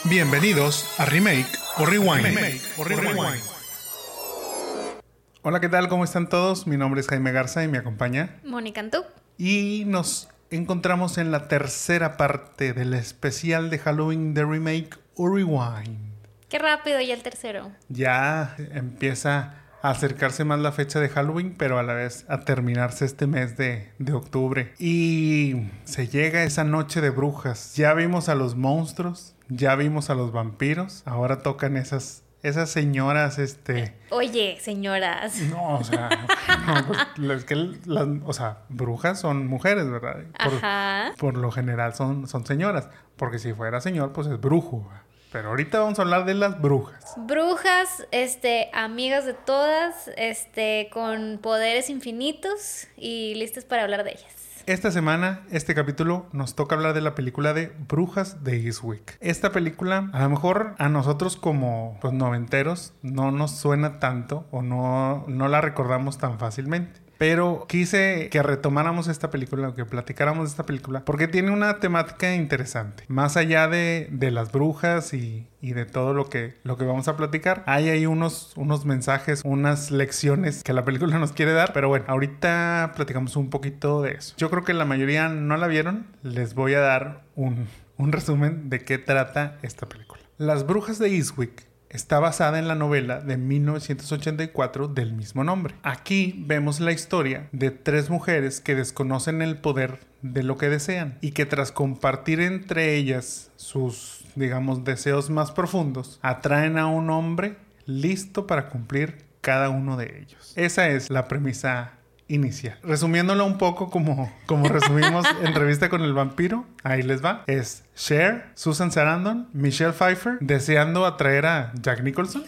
Bienvenidos a Remake o Rewind. Hola, ¿qué tal? ¿Cómo están todos? Mi nombre es Jaime Garza y me acompaña Mónica Antú. Y nos encontramos en la tercera parte del especial de Halloween de Remake o Rewind. Qué rápido ya el tercero. Ya empieza a acercarse más la fecha de Halloween, pero a la vez a terminarse este mes de octubre. Y se llega esa noche de brujas. Ya vimos a los monstruos, ya vimos a los vampiros. Ahora tocan esas señoras, Oye, señoras. No, o sea, no, pues, es que brujas son mujeres, ¿verdad? Ajá. Por lo general son señoras. Porque si fuera señor, pues es brujo. Pero ahorita vamos a hablar de las brujas. Brujas, amigas de todas, con poderes infinitos y listas para hablar de ellas. Esta semana, este capítulo, nos toca hablar de la película de Brujas de Eastwick. Esta película, a lo mejor a nosotros como pues, noventeros, no nos suena tanto o no la recordamos tan fácilmente. Pero quise que retomáramos esta película, que platicáramos de esta película, porque tiene una temática interesante. Más allá de las brujas y de todo lo que vamos a platicar, hay ahí unos mensajes, unas lecciones que la película nos quiere dar. Pero bueno, ahorita platicamos un poquito de eso. Yo creo que la mayoría no la vieron. Les voy a dar un resumen de qué trata esta película. Las Brujas de Eastwick está basada en la novela de 1984 del mismo nombre. Aquí vemos la historia de tres mujeres que desconocen el poder de lo que desean y que tras compartir entre ellas sus, digamos, deseos más profundos, atraen a un hombre listo para cumplir cada uno de ellos. Esa es la premisa inicial. Resumiéndolo un poco como resumimos Entrevista con el vampiro, ahí les va. Es Cher, Susan Sarandon, Michelle Pfeiffer deseando atraer a Jack Nicholson.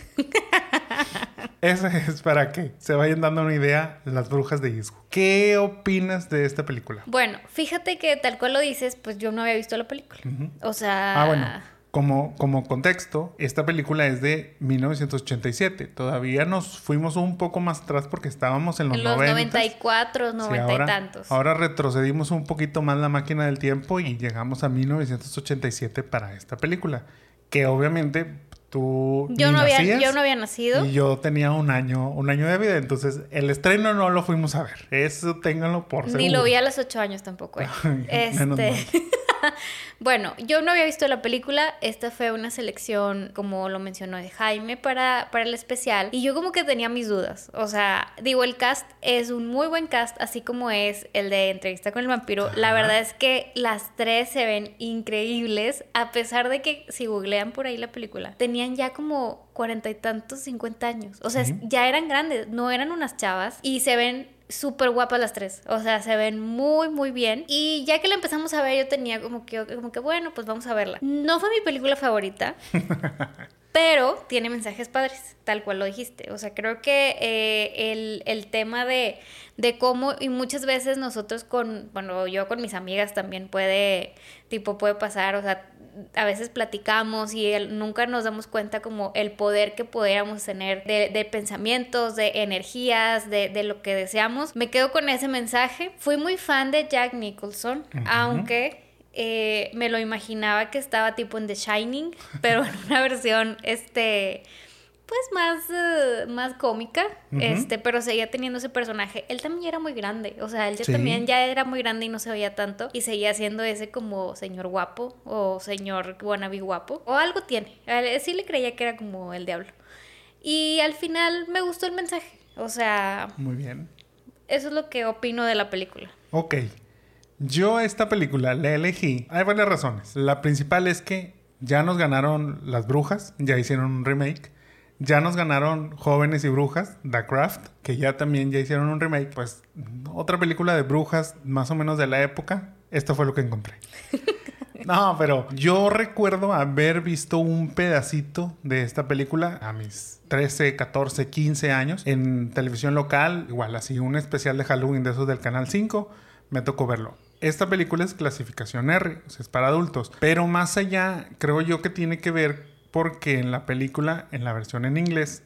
Esa es para que se vayan dando una idea las brujas de Eastwick. ¿Qué opinas de esta película? Bueno, fíjate que tal cual lo dices, pues yo no había visto la película. Uh-huh. O sea... bueno. Como contexto, esta película es de 1987. Todavía nos fuimos un poco más atrás porque estábamos en los 94, 90 y tantos. Ahora retrocedimos un poquito más la máquina del tiempo y llegamos a 1987 para esta película. Que obviamente tú yo no había nacido. Y yo tenía un año de vida. Entonces el estreno no lo fuimos a ver. Eso ténganlo por seguro. Ni lo vi a los 8 años tampoco. Menos mal. Bueno, yo no había visto la película. Esta fue una selección, como lo mencionó de Jaime, para el especial. Y yo como que tenía mis dudas. O sea, digo, el cast es un muy buen cast, así como es el de Entrevista con el vampiro. Ajá. La verdad es que las tres se ven increíbles, a pesar de que si googlean por ahí la película, tenían ya como 40 y tantos, 50 años. O sea, ¿sí? Ya eran grandes, no eran unas chavas. Y se ven súper guapas las tres, o sea, se ven muy, muy bien. Y ya que la empezamos a ver, yo tenía como que bueno, pues vamos a verla. No fue mi película favorita, pero tiene mensajes padres, tal cual lo dijiste. O sea, creo que el tema de cómo, y muchas veces nosotros yo con mis amigas también puede pasar, o sea, a veces platicamos y nunca nos damos cuenta como el poder que podríamos tener de pensamientos, de energías, de lo que deseamos. Me quedo con ese mensaje. Fui muy fan de Jack Nicholson, uh-huh. Aunque me lo imaginaba que estaba tipo en The Shining, pero en una versión pues más cómica, uh-huh. Pero seguía teniendo ese personaje. Él también ya era muy grande, o sea, él también ya era muy grande y no se veía tanto, y seguía siendo ese como señor guapo, o señor wannabe guapo, o algo tiene. Sí le creía que era como el diablo. Y al final me gustó el mensaje, o sea... Muy bien. Eso es lo que opino de la película. Ok. Yo esta película la elegí. Hay varias razones. La principal es que ya nos ganaron las brujas, ya hicieron un remake. Ya nos ganaron Jóvenes y Brujas, The Craft, que ya hicieron un remake. Pues otra película de brujas más o menos de la época. Esto fue lo que encontré. No, pero yo recuerdo haber visto un pedacito de esta película a mis 13, 14, 15 años en televisión local. Igual así un especial de Halloween de esos del Canal 5. Me tocó verlo. Esta película es clasificación R, o sea, es para adultos. Pero más allá, creo yo que tiene que ver porque en la película, en la versión en inglés,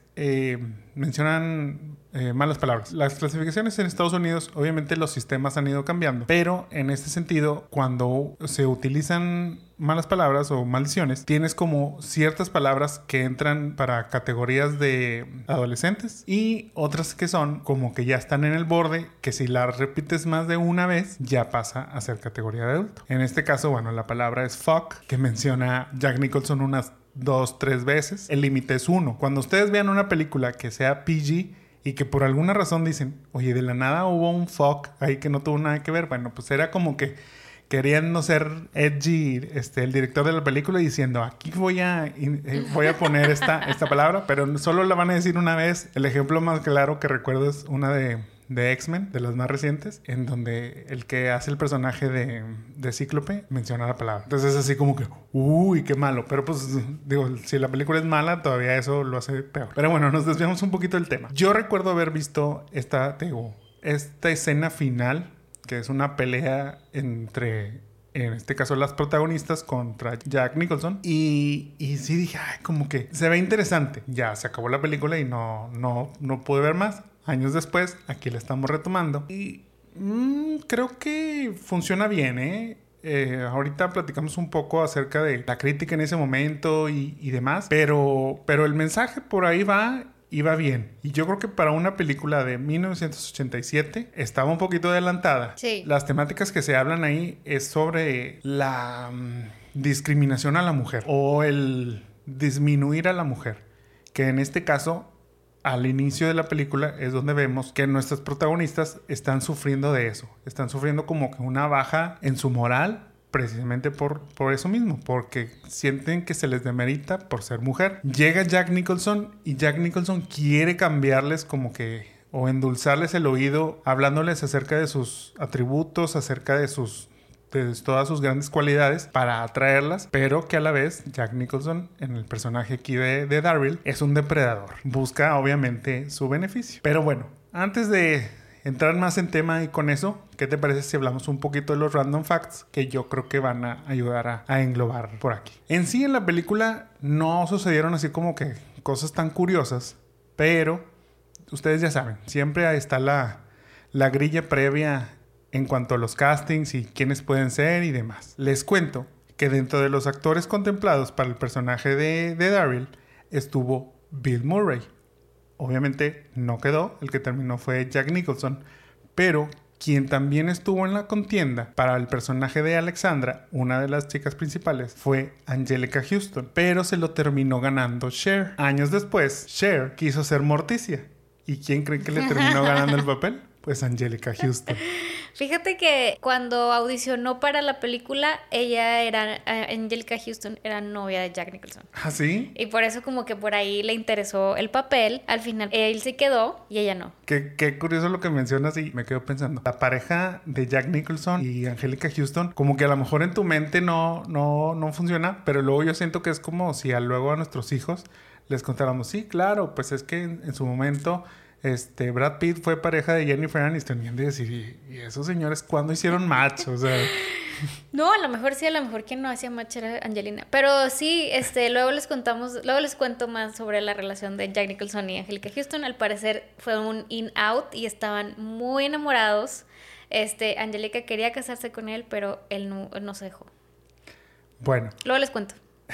mencionan malas palabras. Las clasificaciones en Estados Unidos, obviamente los sistemas han ido cambiando, pero en este sentido, cuando se utilizan malas palabras o maldiciones, tienes como ciertas palabras que entran para categorías de adolescentes y otras que son como que ya están en el borde, que si las repites más de una vez ya pasa a ser categoría de adulto. En este caso, bueno, la palabra es fuck, que menciona Jack Nicholson unas 2-3 veces. El límite es 1. Cuando ustedes vean una película que sea PG y que por alguna razón dicen, oye, de la nada hubo un fuck ahí que no tuvo nada que ver, bueno, pues era como que querían no ser edgy, el director de la película diciendo, aquí voy a poner esta palabra, pero solo la van a decir una vez. El ejemplo más claro que recuerdo es una de X-Men, de las más recientes, en donde el que hace el personaje de Cíclope menciona la palabra. Entonces es así como que, uy, qué malo. Pero pues, digo, si la película es mala, todavía eso lo hace peor. Pero bueno, nos desviamos un poquito del tema. Yo recuerdo haber visto esta escena final, que es una pelea entre, en este caso, las protagonistas contra Jack Nicholson. Y sí dije, ay, como que se ve interesante. Ya se acabó la película y no pude ver más. Años después, aquí la estamos retomando. Y creo que funciona bien, ¿eh? Ahorita platicamos un poco acerca de la crítica en ese momento y demás. Pero el mensaje por ahí iba bien. Y yo creo que para una película de 1987 estaba un poquito adelantada. Sí. Las temáticas que se hablan ahí es sobre la discriminación a la mujer o el disminuir a la mujer. Que en este caso, al inicio de la película es donde vemos que nuestras protagonistas están sufriendo de eso. Están sufriendo como que una baja en su moral, precisamente por eso mismo, porque sienten que se les demerita por ser mujer. Llega Jack Nicholson y Jack Nicholson quiere cambiarles como que, o endulzarles el oído, hablándoles acerca de sus atributos, acerca de todas sus grandes cualidades para atraerlas, pero que a la vez Jack Nicholson, en el personaje aquí de Daryl, es un depredador. Busca obviamente su beneficio. Pero bueno, antes de entrar más en tema y con eso, ¿qué te parece si hablamos un poquito de los random facts que yo creo que van a ayudar a englobar por aquí? En sí, en la película no sucedieron así como que cosas tan curiosas, pero ustedes ya saben, siempre está la grilla previa en cuanto a los castings y quiénes pueden ser y demás. Les cuento que dentro de los actores contemplados para el personaje de Daryl estuvo Bill Murray. Obviamente no quedó, el que terminó fue Jack Nicholson, pero quien también estuvo en la contienda para el personaje de Alexandra, una de las chicas principales, fue Anjelica Huston, pero se lo terminó ganando Cher. Años después, Cher quiso ser Morticia. ¿Y quién cree que le terminó ganando el papel? Pues Anjelica Huston. Fíjate que cuando audicionó para la película, Anjelica Huston era novia de Jack Nicholson. ¿Ah, sí? Y por eso como que por ahí le interesó el papel. Al final él se quedó y ella no. Qué curioso lo que mencionas y me quedo pensando. La pareja de Jack Nicholson y Anjelica Huston, como que a lo mejor en tu mente no funciona, pero luego yo siento que es como si luego a nuestros hijos les contáramos, sí, claro, pues es que en su momento Brad Pitt fue pareja de Jennifer Aniston. Y han de decir, ¿y esos señores cuándo hicieron match? O sea... No, a lo mejor sí, a lo mejor quien no hacía match era Angelina. Pero sí, luego les cuento más sobre la relación de Jack Nicholson y Anjelica Huston. Al parecer fue un in-out y estaban muy enamorados. Anjelica quería casarse con él, pero él no se dejó. Bueno. Luego les cuento.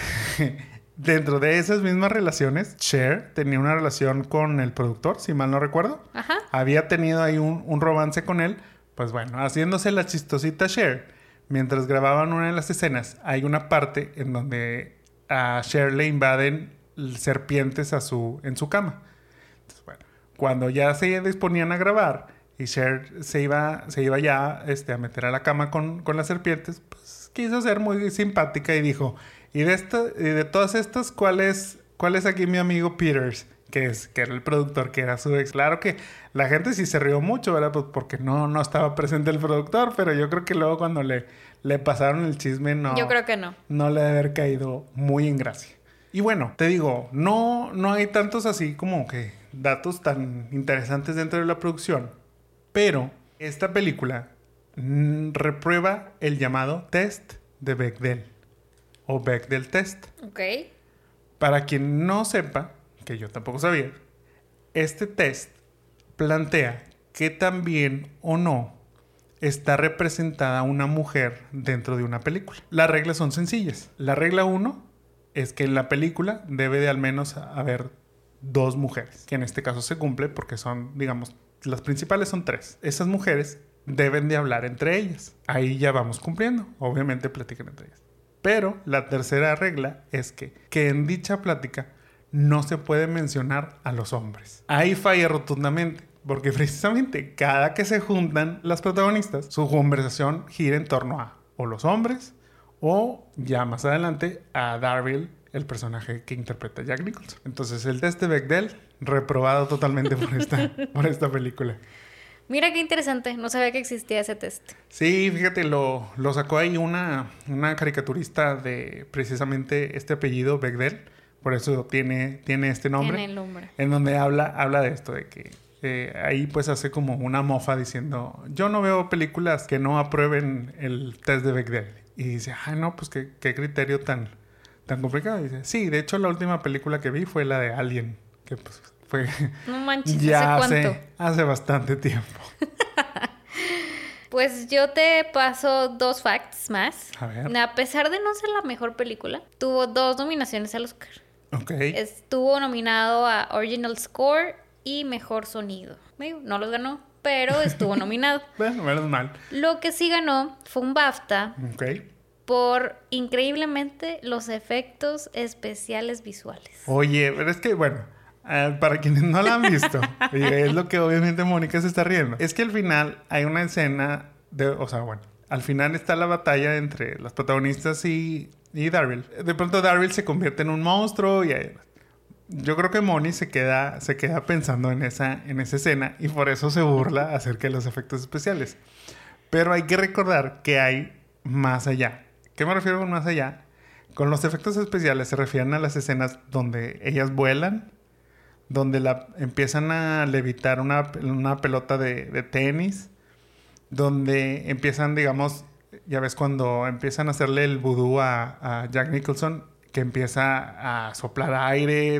Dentro de esas mismas relaciones, Cher tenía una relación con el productor, si mal no recuerdo. Ajá. Había tenido ahí un romance con él. Pues bueno, haciéndose la chistosita Cher, mientras grababan una de las escenas, hay una parte en donde a Cher le invaden serpientes en su cama. Entonces, bueno, cuando ya se disponían a grabar y Cher se iba ya a meter a la cama con las serpientes, pues quiso ser muy simpática y dijo... Y de todas estas, ¿cuál es aquí mi amigo Peters? Que era el productor, que era su ex. Claro que la gente sí se rió mucho, ¿verdad? Pues porque no estaba presente el productor, pero yo creo que luego cuando le pasaron el chisme, no. Yo creo que no. No le debe haber caído muy en gracia. Y bueno, te digo, no hay tantos así como que datos tan interesantes dentro de la producción. Pero esta película reprueba el llamado test de Bechdel. O Bechdel Test. Ok. Para quien no sepa, que yo tampoco sabía, este test plantea que también o no está representada una mujer dentro de una película. Las reglas son sencillas. La regla 1 es que en la película debe de al menos haber 2 mujeres, que en este caso se cumple porque son, digamos, las principales son 3. Esas mujeres deben de hablar entre ellas. Ahí ya vamos cumpliendo. Obviamente platican entre ellas. Pero la tercera regla es que en dicha plática no se puede mencionar a los hombres. Ahí falla rotundamente, porque precisamente cada que se juntan las protagonistas, su conversación gira en torno a o los hombres o ya más adelante a Daryl, el personaje que interpreta Jack Nicholson. Entonces el test de Bechdel reprobado totalmente por esta película. Mira qué interesante, no sabía que existía ese test. Sí, fíjate, lo sacó ahí una caricaturista de precisamente este apellido, Bechdel. Por eso tiene este nombre. Tiene el nombre. En donde habla de esto, de que ahí pues hace como una mofa diciendo, yo no veo películas que no aprueben el test de Bechdel. Y dice, no, pues qué criterio tan complicado. Y dice, sí, de hecho la última película que vi fue la de Alien, que pues fue... No manches, ya ¿hace cuánto? Hace bastante tiempo. Pues yo te paso 2 facts más. A ver. A pesar de no ser la mejor película, tuvo 2 nominaciones al Oscar. Ok. Estuvo nominado a Original Score y Mejor Sonido. No los ganó, pero estuvo nominado. Bueno, menos mal. Lo que sí ganó fue un BAFTA Ok. por, increíblemente, los efectos especiales visuales. Oye, pero es que, bueno, para quienes no la han visto, y es lo que obviamente Mónica se está riendo, es que al final hay una escena al final está la batalla entre las protagonistas y Daryl. De pronto Daryl se convierte en un monstruo y yo creo que Moni se queda pensando en esa escena y por eso se burla acerca de los efectos especiales. Pero hay que recordar que hay más allá. ¿Qué me refiero con más allá? Con los efectos especiales se refieren a las escenas donde ellas vuelan, donde empiezan a levitar una pelota de tenis, donde empiezan, digamos, ya ves cuando empiezan a hacerle el vudú a Jack Nicholson, que empieza a soplar aire,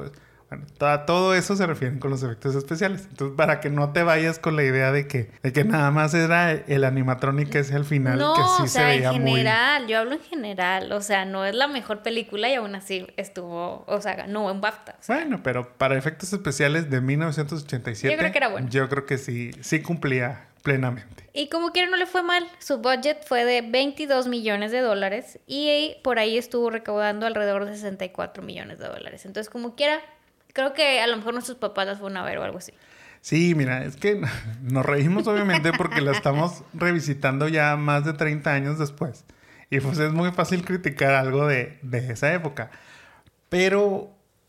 todo eso se refieren con los efectos especiales. Entonces, para que no te vayas con la idea de que nada más era el animatronic que es el final, no, que sí o sea, se veía en general, yo hablo en general, o sea, no es la mejor película y aún así estuvo, o sea, ganó en BAFTA. O sea. Bueno, pero para efectos especiales de 1987, yo creo que era bueno. Yo creo que sí cumplía plenamente. Y como quiera no le fue mal, su budget fue de $22 millones y por ahí estuvo recaudando alrededor de $64 millones. Entonces, como quiera, creo que a lo mejor nuestros papás las fueron a ver o algo así. Sí, mira, es que nos reímos obviamente porque la estamos revisitando ya más de 30 años después. Y pues es muy fácil criticar algo de esa época. Pero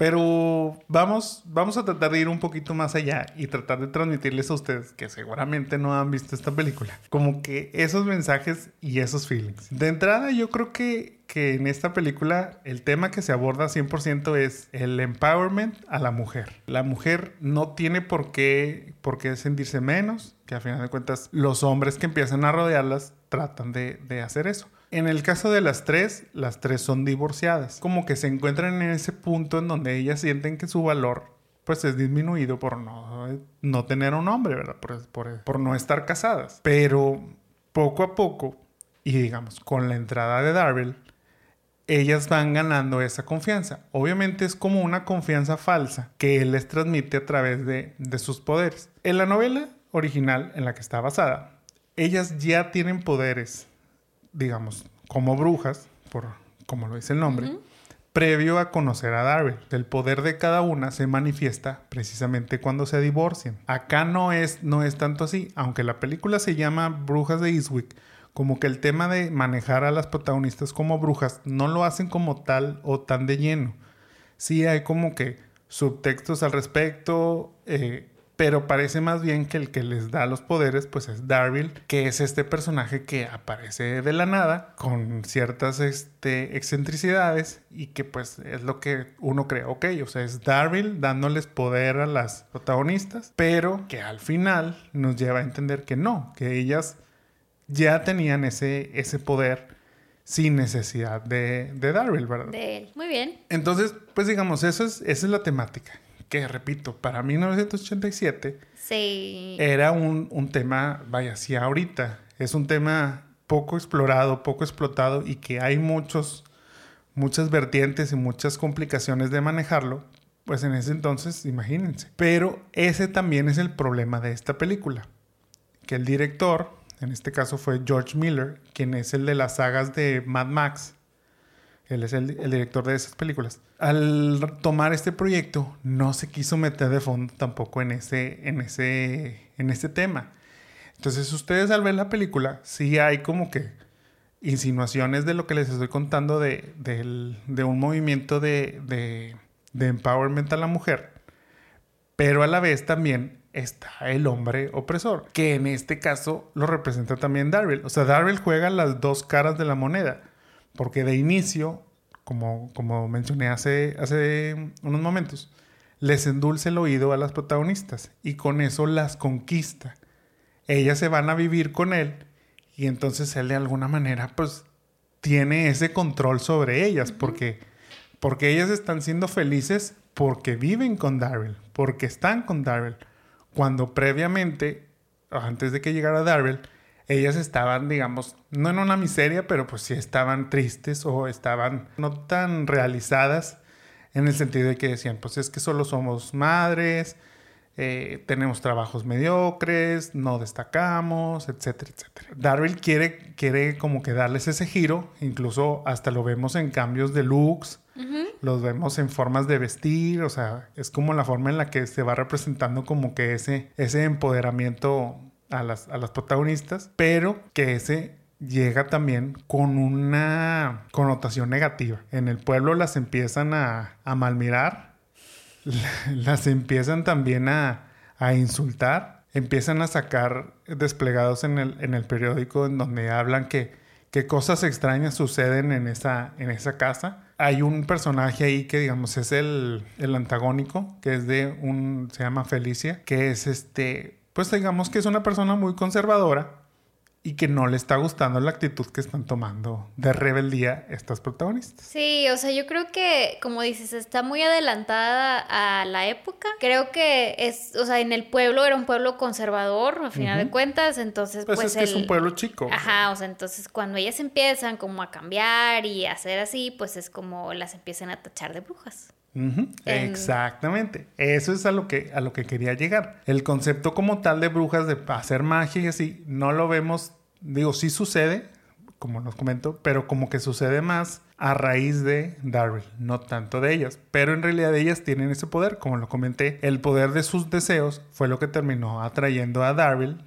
vamos a tratar de ir un poquito más allá y tratar de transmitirles a ustedes, que seguramente no han visto esta película, como que esos mensajes y esos feelings. De entrada, yo creo que en esta película el tema que se aborda 100% es el empowerment a la mujer. La mujer no tiene por qué sentirse menos, que a final de cuentas los hombres que empiezan a rodearlas tratan de hacer eso. En el caso de las tres son divorciadas. Como que se encuentran en ese punto en donde ellas sienten que su valor pues es disminuido por no tener un hombre, ¿verdad? Por no estar casadas. Pero poco a poco, y digamos con la entrada de Daryl, ellas van ganando esa confianza. Obviamente es como una confianza falsa que él les transmite a través de sus poderes. En la novela original en la que está basada, ellas ya tienen poderes, digamos, como brujas, como lo dice el nombre, previo a conocer a Daryl. El poder de cada una se manifiesta precisamente cuando se divorcian. Acá no es tanto así, aunque la película se llama Brujas de Eastwick, como que el tema de manejar a las protagonistas como brujas no lo hacen como tal o tan de lleno. Sí hay como que subtextos al respecto, pero parece más bien que el que les da los poderes pues es Daryl, que es este personaje que aparece de la nada con ciertas excentricidades y que pues es lo que uno cree. Ok, o sea, es Daryl dándoles poder a las protagonistas, pero que al final nos lleva a entender que no, que ellas ya tenían ese poder sin necesidad de Daryl, ¿verdad? De él. Muy bien. Entonces, pues digamos, esa es la temática. que repito, para 1987 Sí. era un tema, vaya, sí, ahorita es un tema poco explorado, poco explotado y que hay muchas vertientes y muchas complicaciones de manejarlo, pues en ese entonces, imagínense. Pero ese también es el problema de esta película, que el director, en este caso fue George Miller, quien es el de las sagas de Mad Max. Él es el director de esas películas. Al tomar este proyecto, no se quiso meter de fondo tampoco en este tema. Entonces, ustedes al ver la película, sí hay como que insinuaciones de lo que les estoy contando de un movimiento de empowerment a la mujer. Pero a la vez también está el hombre opresor, que en este caso lo representa también Daryl. O sea, Daryl juega las dos caras de la moneda. Porque de inicio, como mencioné hace unos momentos, les endulce el oído a las protagonistas y con eso las conquista. Ellas se van a vivir con él y entonces él de alguna manera pues tiene ese control sobre ellas porque ellas están siendo felices porque viven con Daryl, porque están con Daryl. Cuando previamente, antes de que llegara Daryl, ellas estaban, digamos, no en una miseria, pero pues sí estaban tristes o estaban no tan realizadas en el sentido de que decían, pues es que solo somos madres, tenemos trabajos mediocres, no destacamos, etcétera, etcétera. Daryl quiere como que darles ese giro, incluso hasta lo vemos en cambios de looks, los vemos en formas de vestir, o sea, es como la forma en la que se va representando como que ese empoderamiento a las protagonistas, pero que ese llega también con una connotación negativa. En el pueblo las empiezan a malmirar, las empiezan también a insultar, empiezan a sacar desplegados en el periódico en donde hablan que cosas extrañas suceden en esa casa. Hay un personaje ahí que digamos es el antagónico, que es se llama Felicia, que es pues digamos que es una persona muy conservadora y que no le está gustando la actitud que están tomando de rebeldía estas protagonistas. Sí, o sea, yo creo que, como dices, está muy adelantada a la época. Creo que o sea, en el pueblo era un pueblo conservador, al final de cuentas, entonces pues es que es un pueblo chico. Ajá, o sea, entonces cuando ellas empiezan como a cambiar y a hacer así, pues es como las empiezan a tachar de brujas. Exactamente. Eso es a lo que quería llegar. El concepto como tal de brujas, de hacer magia y así, no lo vemos, digo, sí sucede, como nos comento, pero como que sucede más a raíz de Daryl, no tanto de ellas. Pero en realidad ellas tienen ese poder, como lo comenté. El poder de sus deseos fue lo que terminó atrayendo a Daryl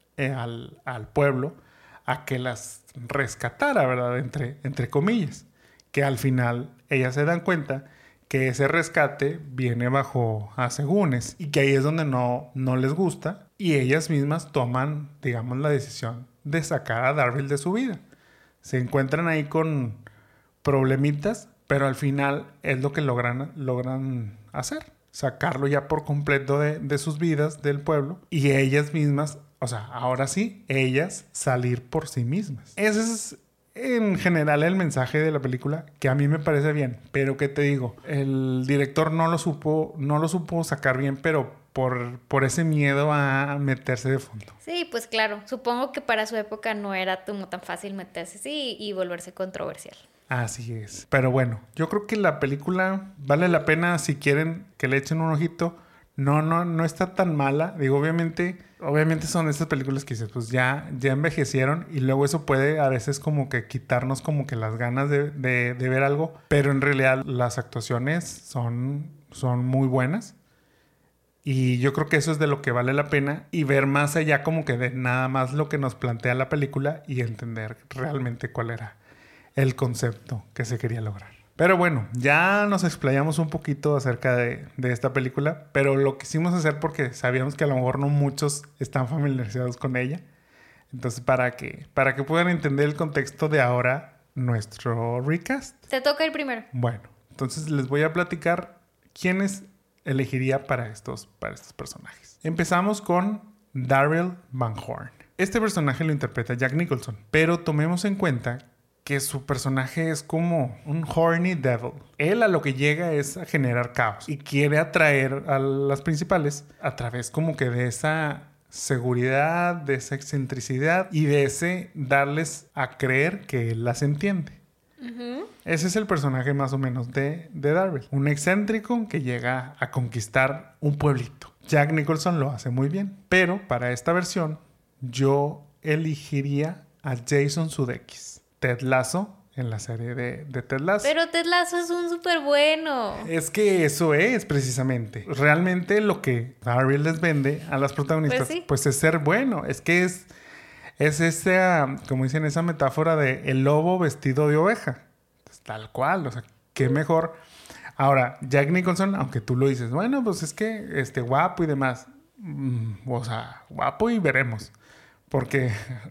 al pueblo a que las rescatara, ¿verdad? Entre comillas. Que al final ellas se dan cuenta que ese rescate viene bajo asegúnes y que ahí es donde no les gusta y ellas mismas toman, digamos, la decisión de sacar a Daryl de su vida. Se encuentran ahí con problemitas, pero al final es lo que logran hacer. Sacarlo ya por completo de sus vidas, del pueblo, y ellas mismas, o sea, ahora sí, ellas salir por sí mismas. Ese es en general el mensaje de la película, que a mí me parece bien, pero ¿qué te digo? El director no lo supo sacar bien, pero por ese miedo a meterse de fondo. Sí, pues claro, supongo que para su época no era como tan fácil meterse así y volverse controversial. Así es. Pero bueno, yo creo que la película vale la pena si quieren que le echen un ojito. No está tan mala. Digo, obviamente son estas películas que dices, pues ya envejecieron y luego eso puede a veces como que quitarnos como que las ganas de ver algo. Pero en realidad las actuaciones son muy buenas. Y yo creo que eso es de lo que vale la pena y ver más allá como que de nada más lo que nos plantea la película y entender realmente cuál era el concepto que se quería lograr. Pero bueno, ya nos explayamos un poquito acerca de esta película, pero lo quisimos hacer porque sabíamos que a lo mejor no muchos están familiarizados con ella. Entonces, para que puedan entender el contexto de ahora, nuestro recast. Te toca ir primero. Bueno, entonces les voy a platicar quiénes elegiría para estos personajes. Empezamos con Daryl Van Horn. Este personaje lo interpreta Jack Nicholson, pero tomemos en cuenta que su personaje es como un horny devil. Él a lo que llega es a generar caos y quiere atraer a las principales a través como que de esa seguridad, de esa excentricidad y de ese darles a creer que él las entiende. Ese es el personaje más o menos de Darryl. Un excéntrico que llega a conquistar un pueblito. Jack Nicholson lo hace muy bien. Pero para esta versión yo elegiría a Jason Sudeikis. Ted Lasso en la serie de Ted Lasso. Pero Ted Lasso es un súper bueno. Es que eso es precisamente. Realmente lo que Darryl les vende a las protagonistas pues es ser bueno. Es que es esa, como dicen, esa metáfora de el lobo vestido de oveja. Pues, tal cual, o sea, qué mejor. Ahora, Jack Nicholson, aunque tú lo dices, bueno, pues es que guapo y demás. O sea, guapo y veremos. Porque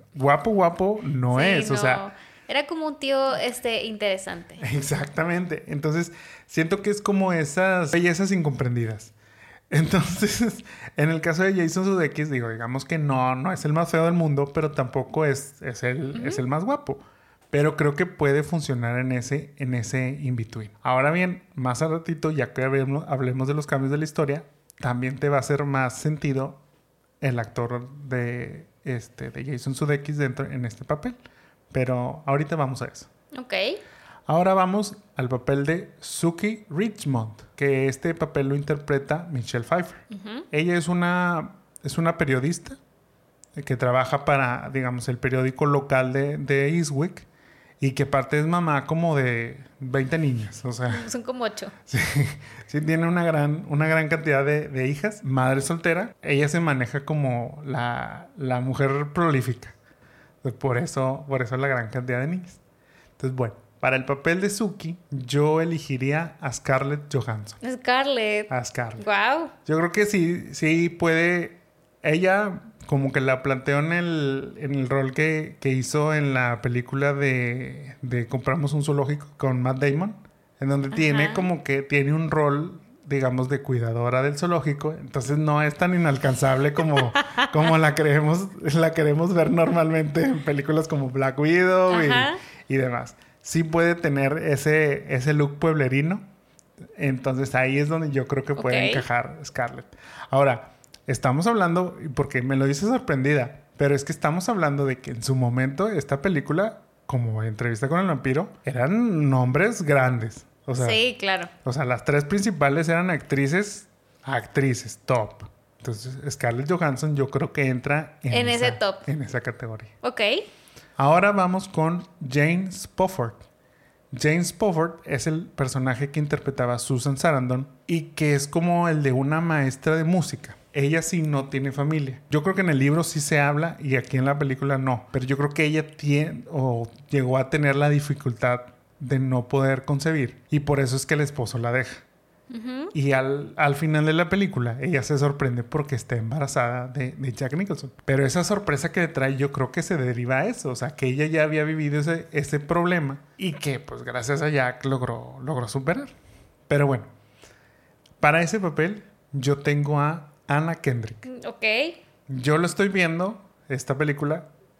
guapo no es, o sea... Era como un tío interesante. Exactamente. Entonces, siento que es como esas bellezas incomprendidas. Entonces, en el caso de Jason Sudeikis, digamos que no es el más feo del mundo, pero tampoco es el más guapo. Pero creo que puede funcionar en ese in-between. Ahora bien, más al ratito, ya que hablemos de los cambios de la historia, también te va a hacer más sentido el actor de Jason Sudeikis en este papel. Pero ahorita vamos a eso. Ok. Ahora vamos al papel de Sookie Richmond, que este papel lo interpreta Michelle Pfeiffer. Ella es una periodista que trabaja para, digamos, el periódico local de Eastwick y que aparte es mamá como de 20 niñas, o sea... Son como 8. Sí, tiene una gran cantidad de hijas, madre soltera. Ella se maneja como la mujer prolífica. Por eso la gran cantidad de niñas. Entonces, bueno, para el papel de Sookie, yo elegiría a Scarlett Johansson. A Scarlett. Wow. Yo creo que sí puede. Ella como que la planteó en el rol que hizo en la película de Compramos un zoológico con Matt Damon, en donde tiene un rol, digamos, de cuidadora del zoológico. Entonces no es tan inalcanzable como la queremos ver normalmente en películas como Black Widow y demás. Sí puede tener ese look pueblerino. Entonces ahí es donde yo creo que puede encajar Scarlett. Ahora, estamos hablando, porque me lo dice sorprendida, pero es que estamos hablando de que en su momento esta película, como Entrevista con el vampiro, eran nombres grandes. O sea, sí, claro. O sea, las tres principales eran actrices top. Entonces, Scarlett Johansson yo creo que entra en ese top. En esa categoría. Ok. Ahora vamos con Jane Spofford. Jane Spofford es el personaje que interpretaba a Susan Sarandon y que es como el de una maestra de música. Ella sí no tiene familia. Yo creo que en el libro sí se habla y aquí en la película no. Pero yo creo que ella llegó a tener la dificultad de no poder concebir y por eso es que el esposo la deja. Y al final de la película ella se sorprende porque está embarazada de Jack Nicholson, pero esa sorpresa que le trae yo creo que se deriva a eso, o sea, que ella ya había vivido ese problema y que pues gracias a Jack logró superar. Pero bueno, para ese papel yo tengo a Anna Kendrick. Ok. Yo lo estoy viendo, esta película,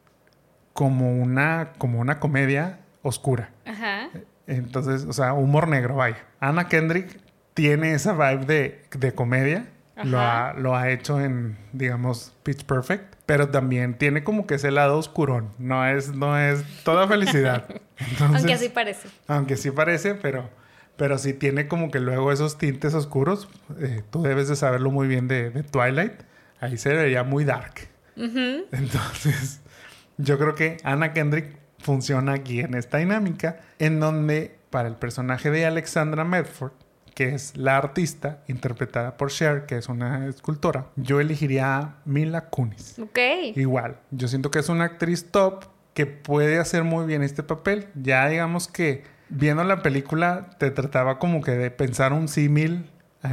como una comedia oscura. Ajá. Entonces, o sea, humor negro, vaya. Anna Kendrick tiene esa vibe de comedia. Lo ha hecho en, digamos, Pitch Perfect. Pero también tiene como que ese lado oscurón. No es toda felicidad. Entonces, Aunque sí parece, pero sí tiene como que luego esos tintes oscuros. Tú debes de saberlo muy bien de Twilight. Ahí se vería muy dark. Entonces, yo creo que Anna Kendrick funciona aquí en esta dinámica, en donde para el personaje de Alexandra Medford, que es la artista interpretada por Cher, que es una escultora, yo elegiría a Mila Kunis. Ok. Igual, yo siento que es una actriz top que puede hacer muy bien este papel. Ya digamos que viendo la película te trataba como que de pensar un símil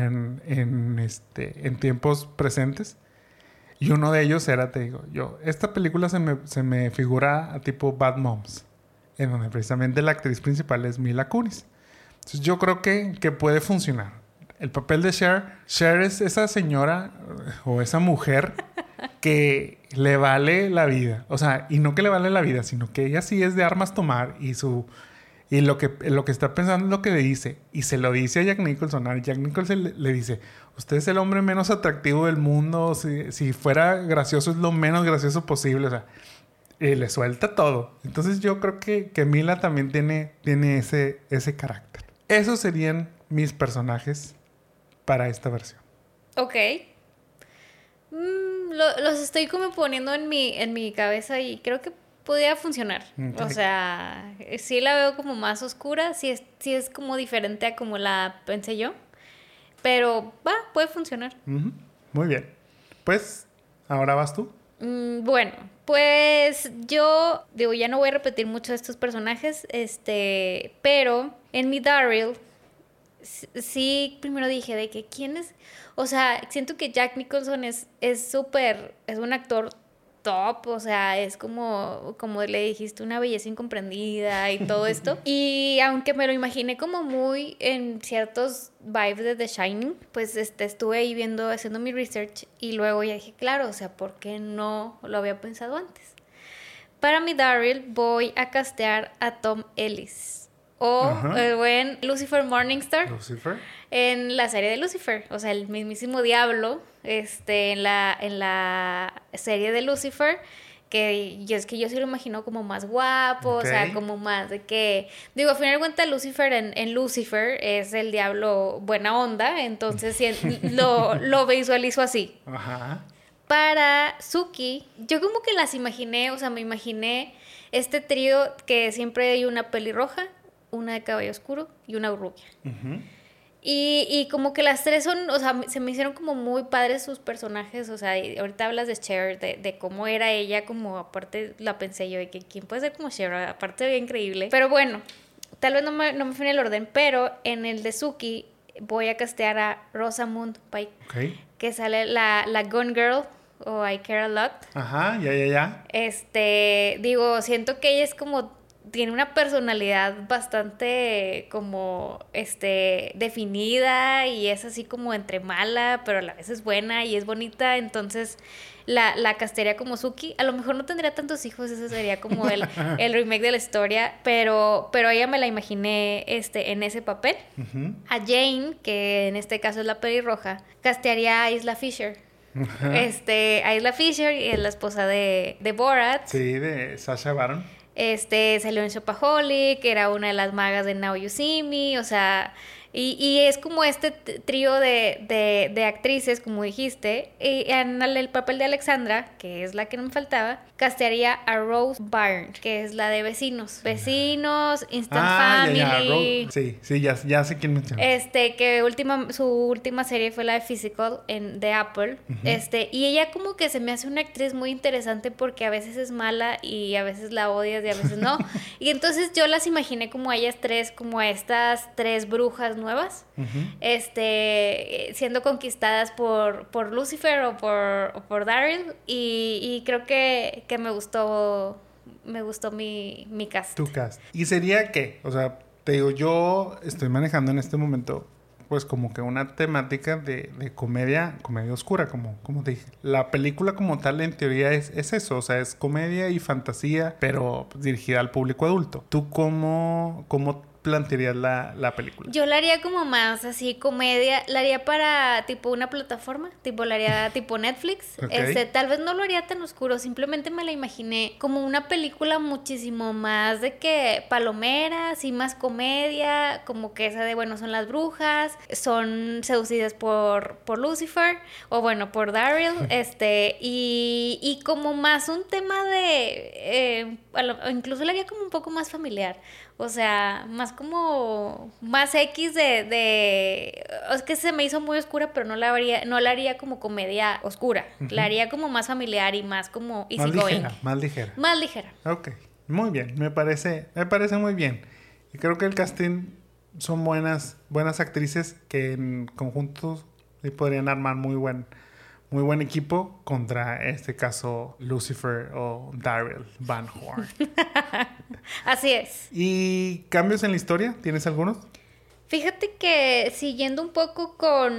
en tiempos presentes. Y uno de ellos era, esta película se me figura a tipo Bad Moms, en donde precisamente la actriz principal es Mila Kunis. Entonces yo creo que puede funcionar. El papel de Cher es esa señora o esa mujer que le vale la vida. O sea, y no que le vale la vida, sino que ella sí es de armas tomar y lo que está pensando es lo que le dice. Y se lo dice a Jack Nicholson. A Jack Nicholson le dice, usted es el hombre menos atractivo del mundo. Si fuera gracioso es lo menos gracioso posible. O sea, le suelta todo. Entonces yo creo que Mila también tiene ese carácter. Esos serían mis personajes para esta versión. Ok. Los estoy como poniendo en mi cabeza y creo que podría funcionar. Okay. O sea, sí la veo como más oscura, sí es como diferente a como la pensé yo, pero puede funcionar. Uh-huh. Muy bien. Pues, ¿ahora vas tú? Bueno, pues yo digo, ya no voy a repetir mucho de estos personajes, pero en mi Daryl sí primero dije de que quién es, o sea, siento que Jack Nicholson es súper, es un actor top, o sea, es como le dijiste, una belleza incomprendida y todo esto. Y aunque me lo imaginé como muy en ciertos vibes de The Shining, pues estuve ahí haciendo mi research y luego ya dije, claro, o sea, ¿por qué no lo había pensado antes? Para mi Daryl voy a castear a Tom Ellis. O el buen Lucifer Morningstar. Lucifer. En la serie de Lucifer. O sea, el mismísimo diablo. En la serie de Lucifer. Que yo sí lo imagino como más guapo. Okay. O sea, como más de que... Digo, a final de cuentas, Lucifer en Lucifer es el diablo buena onda. Entonces lo visualizo así. Ajá. Para Suki, yo como que las imaginé. O sea, me imaginé este trío que siempre hay una pelirroja, una de cabello oscuro y una rubia. Uh-huh. Y como que las tres son, o sea, se me hicieron como muy padres sus personajes, o sea, y ahorita hablas de Cher, de cómo era ella, como aparte la pensé yo, de que quién puede ser como Cher, aparte de increíble. Pero bueno, tal vez no me fui en el orden, pero en el de Suki voy a castear a Rosamund Pike, okay, que sale la Gone Girl, o I Care a Lot. Ajá, ya. Digo, siento que ella es como... Tiene una personalidad bastante como definida y es así como entre mala, pero a la vez es buena y es bonita. Entonces la castearía como Suki. A lo mejor no tendría tantos hijos, ese sería como el remake de la historia, pero ella me la imaginé en ese papel. Uh-huh. A Jane, que en este caso es la pelirroja, castearía a Isla Fisher. Uh-huh. A Isla Fisher, y es la esposa de Borat. Sí, de Sacha Baron. Salió en Shopaholic, era una de las magas de Now You See Me, o sea, y es como este trío de actrices, como dijiste, y en el papel de Alexandra, que es la que no me faltaba, castearía a Rose Byrne, que es la de Vecinos, Instant Family. Sí, ya sé quién menciona. Que su última serie fue la de Physical de Apple. Uh-huh. Y ella como que se me hace una actriz muy interesante porque a veces es mala y a veces la odias y a veces no. Y entonces yo las imaginé como a ellas tres, como a estas tres brujas nuevas, uh-huh, siendo conquistadas por Lucifer o por Daryl, y creo que me gustó mi cast. Tu cast. ¿Y sería qué? O sea, te digo, yo estoy manejando en este momento pues como que una temática de comedia oscura, como te dije. La película como tal en teoría es eso, o sea, es comedia y fantasía, pero dirigida al público adulto. ¿Tú cómo plantearías la película? Yo la haría como más así comedia, la haría para tipo una plataforma, tipo la haría tipo Netflix. Okay. Tal vez no lo haría tan oscuro, simplemente me la imaginé como una película muchísimo más de que palomeras y más comedia, como que esa de bueno, son las brujas, son seducidas por Lucifer o bueno, por Daryl, y como más un tema de incluso la haría como un poco más familiar. O sea, más X es que se me hizo muy oscura, pero no la haría como comedia oscura. Uh-huh. La haría como más familiar y más como easygoing. Más ligera. Más ligera. Ok, muy bien, me parece muy bien. Y creo que el casting son buenas actrices que en conjunto podrían armar muy buen equipo contra este caso Lucifer o Daryl Van Horn. Así es. ¿Y cambios en la historia? ¿Tienes algunos? Fíjate que siguiendo un poco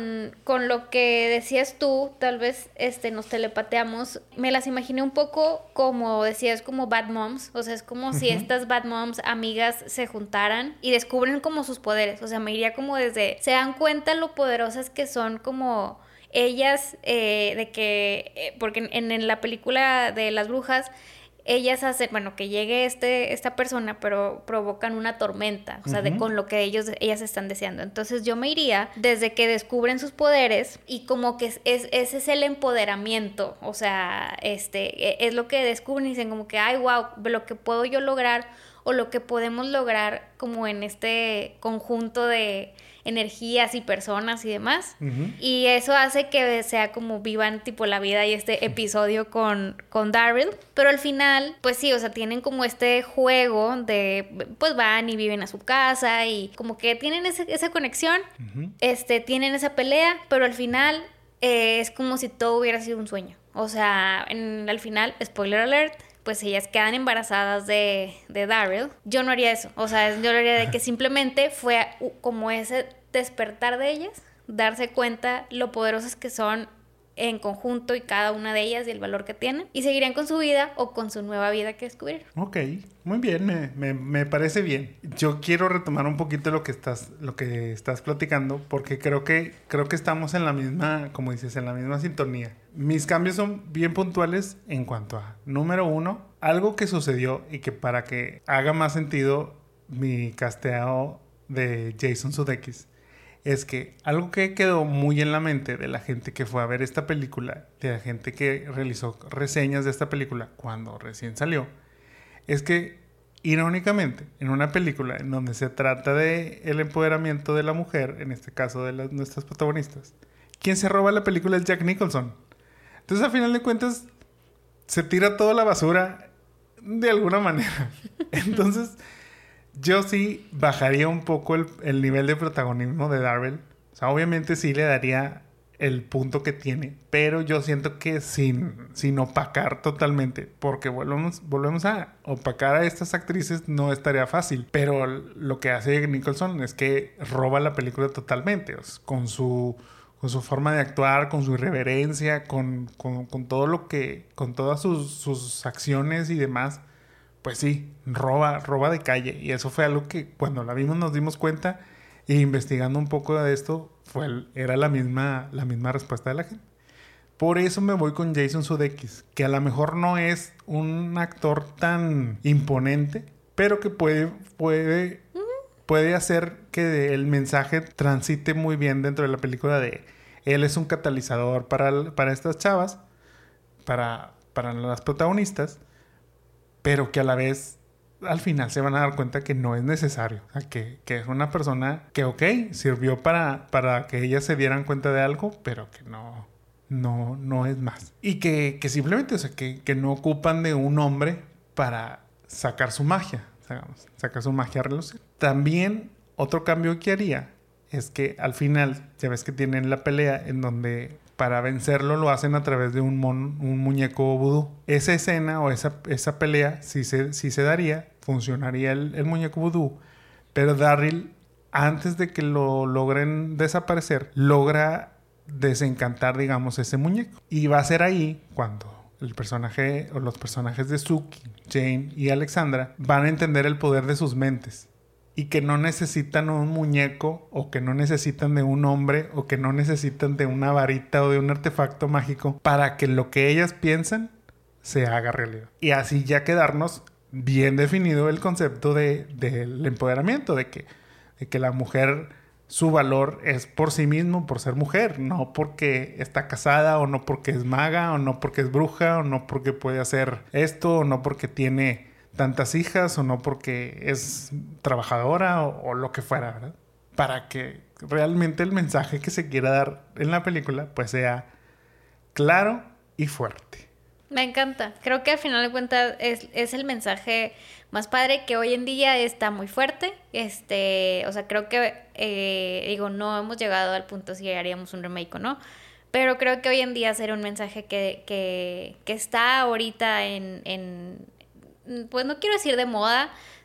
con lo que decías tú, tal vez nos telepateamos, me las imaginé un poco como decías, como Bad Moms, o sea, es como si estas Bad Moms amigas se juntaran y descubren como sus poderes, o sea, me iría como desde, se dan cuenta lo poderosas que son como ellas, de que, porque en la película de las brujas, ellas hacen, bueno, que llegue esta persona, pero provocan una tormenta, o sea, de con lo que ellas están deseando. Entonces yo me iría desde que descubren sus poderes y como que ese es el empoderamiento, o sea, es lo que descubren y dicen como que, ay, wow, lo que puedo yo lograr o lo que podemos lograr como en este conjunto de energías y personas y demás. Y eso hace que sea como vivan tipo la vida y este episodio con Daryl. Pero al final, pues sí, o sea, tienen como este juego de, pues van y viven a su casa y como que tienen esa conexión, tienen esa pelea, pero al final es como si todo hubiera sido un sueño. O sea, al final, spoiler alert, pues ellas quedan embarazadas de Daryl. Yo no haría eso. O sea, yo lo haría de que simplemente fue como ese despertar de ellas, darse cuenta lo poderosas que son en conjunto y cada una de ellas y el valor que tienen. Y seguirían con su vida o con su nueva vida que descubrieron. Ok, muy bien, me parece bien. Yo quiero retomar un poquito lo que estás platicando, porque creo que estamos en la misma, como dices, en la misma sintonía. Mis cambios son bien puntuales en cuanto a, número 1, algo que sucedió y que para que haga más sentido mi casteado de Jason Sudeikis, es que algo que quedó muy en la mente de la gente que fue a ver esta película, de la gente que realizó reseñas de esta película cuando recién salió, es que irónicamente en una película en donde se trata de el empoderamiento de la mujer, en este caso de nuestras protagonistas, quien se roba la película es Jack Nicholson. Entonces, a final de cuentas, se tira toda la basura de alguna manera. Entonces, yo sí bajaría un poco el nivel de protagonismo de Daryl. O sea, obviamente sí le daría el punto que tiene, pero yo siento que sin opacar totalmente, porque volvemos a opacar a estas actrices no estaría fácil. Pero lo que hace Nicholson es que roba la película totalmente, o sea, con su forma de actuar, con su irreverencia, con todo lo que, con todas sus acciones y demás. Pues sí, roba de calle. Y eso fue algo que cuando la vimos nos dimos cuenta, e investigando un poco de esto, era la misma respuesta de la gente. Por eso me voy con Jason Sudeikis, que a lo mejor no es un actor tan imponente, pero que puede hacer que el mensaje transite muy bien dentro de la película de él es un catalizador para estas chavas, para las protagonistas, pero que a la vez al final se van a dar cuenta que no es necesario. O sea, que es una persona que, ok, sirvió para que ellas se dieran cuenta de algo, pero que no es más. Y que simplemente, o sea, que no ocupan de un hombre para sacar su magia, sacar su magia a relucir. También otro cambio que haría es que al final, ya ves que tienen la pelea en donde para vencerlo lo hacen a través de un muñeco vudú. Esa escena o esa pelea sí se daría, funcionaría el muñeco vudú, pero Daryl, antes de que lo logren desaparecer, logra desencantar, digamos, ese muñeco. Y va a ser ahí cuando el personaje o los personajes de Sookie, Jane y Alexandra van a entender el poder de sus mentes. Y que no necesitan un muñeco, o que no necesitan de un hombre, o que no necesitan de una varita o de un artefacto mágico para que lo que ellas piensan se haga realidad. Y así ya quedarnos bien definido el concepto del empoderamiento, de que la mujer, su valor es por sí mismo, por ser mujer, no porque está casada, o no porque es maga, o no porque es bruja, o no porque puede hacer esto, o no porque tiene tantas hijas, o no porque es trabajadora, o lo que fuera, ¿verdad? Para que realmente el mensaje que se quiera dar en la película pues sea claro y fuerte. Me encanta. Creo que al final de cuentas es el mensaje más padre, que hoy en día está muy fuerte. O sea, creo que no hemos llegado al punto si haríamos un remake o no, pero creo que hoy en día sería un mensaje que está ahorita en pues no quiero decir de moda,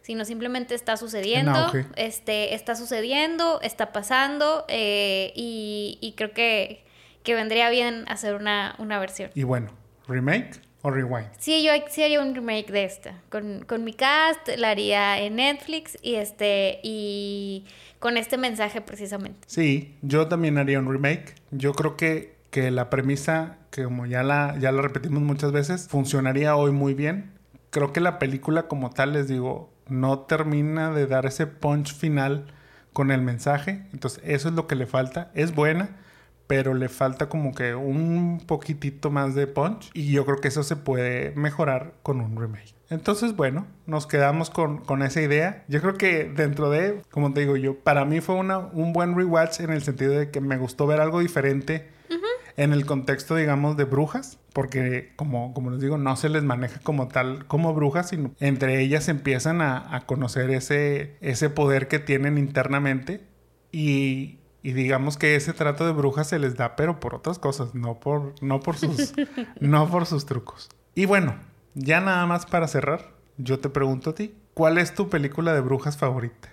sino simplemente está En sucediendo, auge. está sucediendo, está pasando, y creo que vendría bien hacer una versión. Y bueno, ¿remake o rewind? Sí, yo sí haría un remake de esta. Con mi cast, la haría en Netflix y con este mensaje precisamente. Sí, yo también haría un remake. Yo creo que la premisa, que como ya la repetimos muchas veces, funcionaría hoy muy bien. Creo que la película como tal, les digo, no termina de dar ese punch final con el mensaje. Entonces, eso es lo que le falta. Es buena, pero le falta como que un poquitito más de punch. Y yo creo que eso se puede mejorar con un remake. Entonces, bueno, nos quedamos con esa idea. Yo creo que dentro de, como te digo yo, para mí fue un buen rewatch en el sentido de que me gustó ver algo diferente en el contexto, digamos, de brujas. Porque, como les digo, no se les maneja como tal, como brujas, sino entre ellas empiezan a conocer ese poder que tienen internamente. Y digamos que ese trato de brujas se les da, pero por otras cosas, no por sus, no por sus trucos. Y bueno, ya nada más para cerrar, yo te pregunto a ti, ¿cuál es tu película de brujas favorita?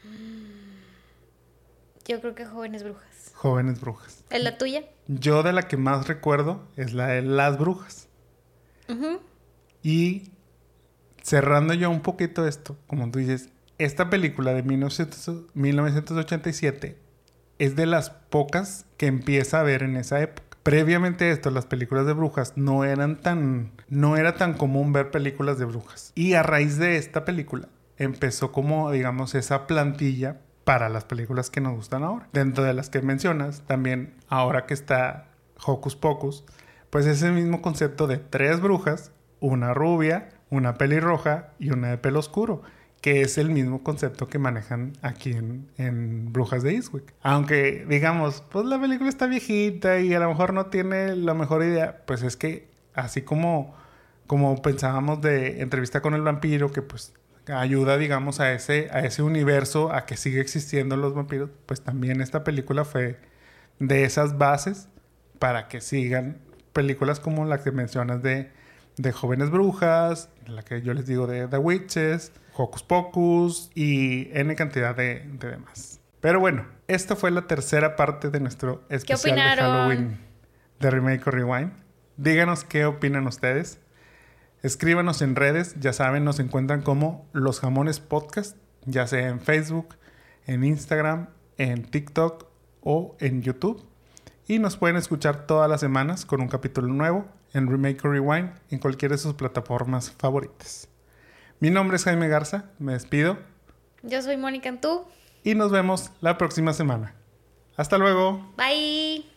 Yo creo que Jóvenes Brujas. Jóvenes Brujas. ¿Es la tuya? Yo de la que más recuerdo es la de Las Brujas. Uh-huh. Y cerrando yo un poquito esto, como tú dices, esta película de 1987 es de las pocas que empieza a ver en esa época. Previamente a esto, las películas de brujas no era tan común ver películas de brujas. Y a raíz de esta película empezó como, digamos, esa plantilla para las películas que nos gustan ahora. Dentro de las que mencionas, también ahora que está Hocus Pocus, pues es el mismo concepto de 3 brujas, una rubia, una pelirroja y una de pelo oscuro, que es el mismo concepto que manejan aquí en Brujas de Eastwick. Aunque, digamos, pues la película está viejita y a lo mejor no tiene la mejor idea, pues es que así como pensábamos de Entrevista con el vampiro, que pues ayuda, digamos, a ese universo, a que siga existiendo los vampiros, pues también esta película fue de esas bases para que sigan películas como la que mencionas de Jóvenes Brujas, la que yo les digo de The Witches, Hocus Pocus y N cantidad de demás. Pero bueno, esta fue la tercera parte de nuestro especial de Halloween de Remake o Rewind. Díganos qué opinan ustedes. Escríbanos en redes, ya saben, nos encuentran como Los Jamones Podcast, ya sea en Facebook, en Instagram, en TikTok o en YouTube. Y nos pueden escuchar todas las semanas con un capítulo nuevo en Remake o Rewind en cualquiera de sus plataformas favoritas. Mi nombre es Jaime Garza, me despido. Yo soy Mónica Antú. Y nos vemos la próxima semana. Hasta luego. Bye.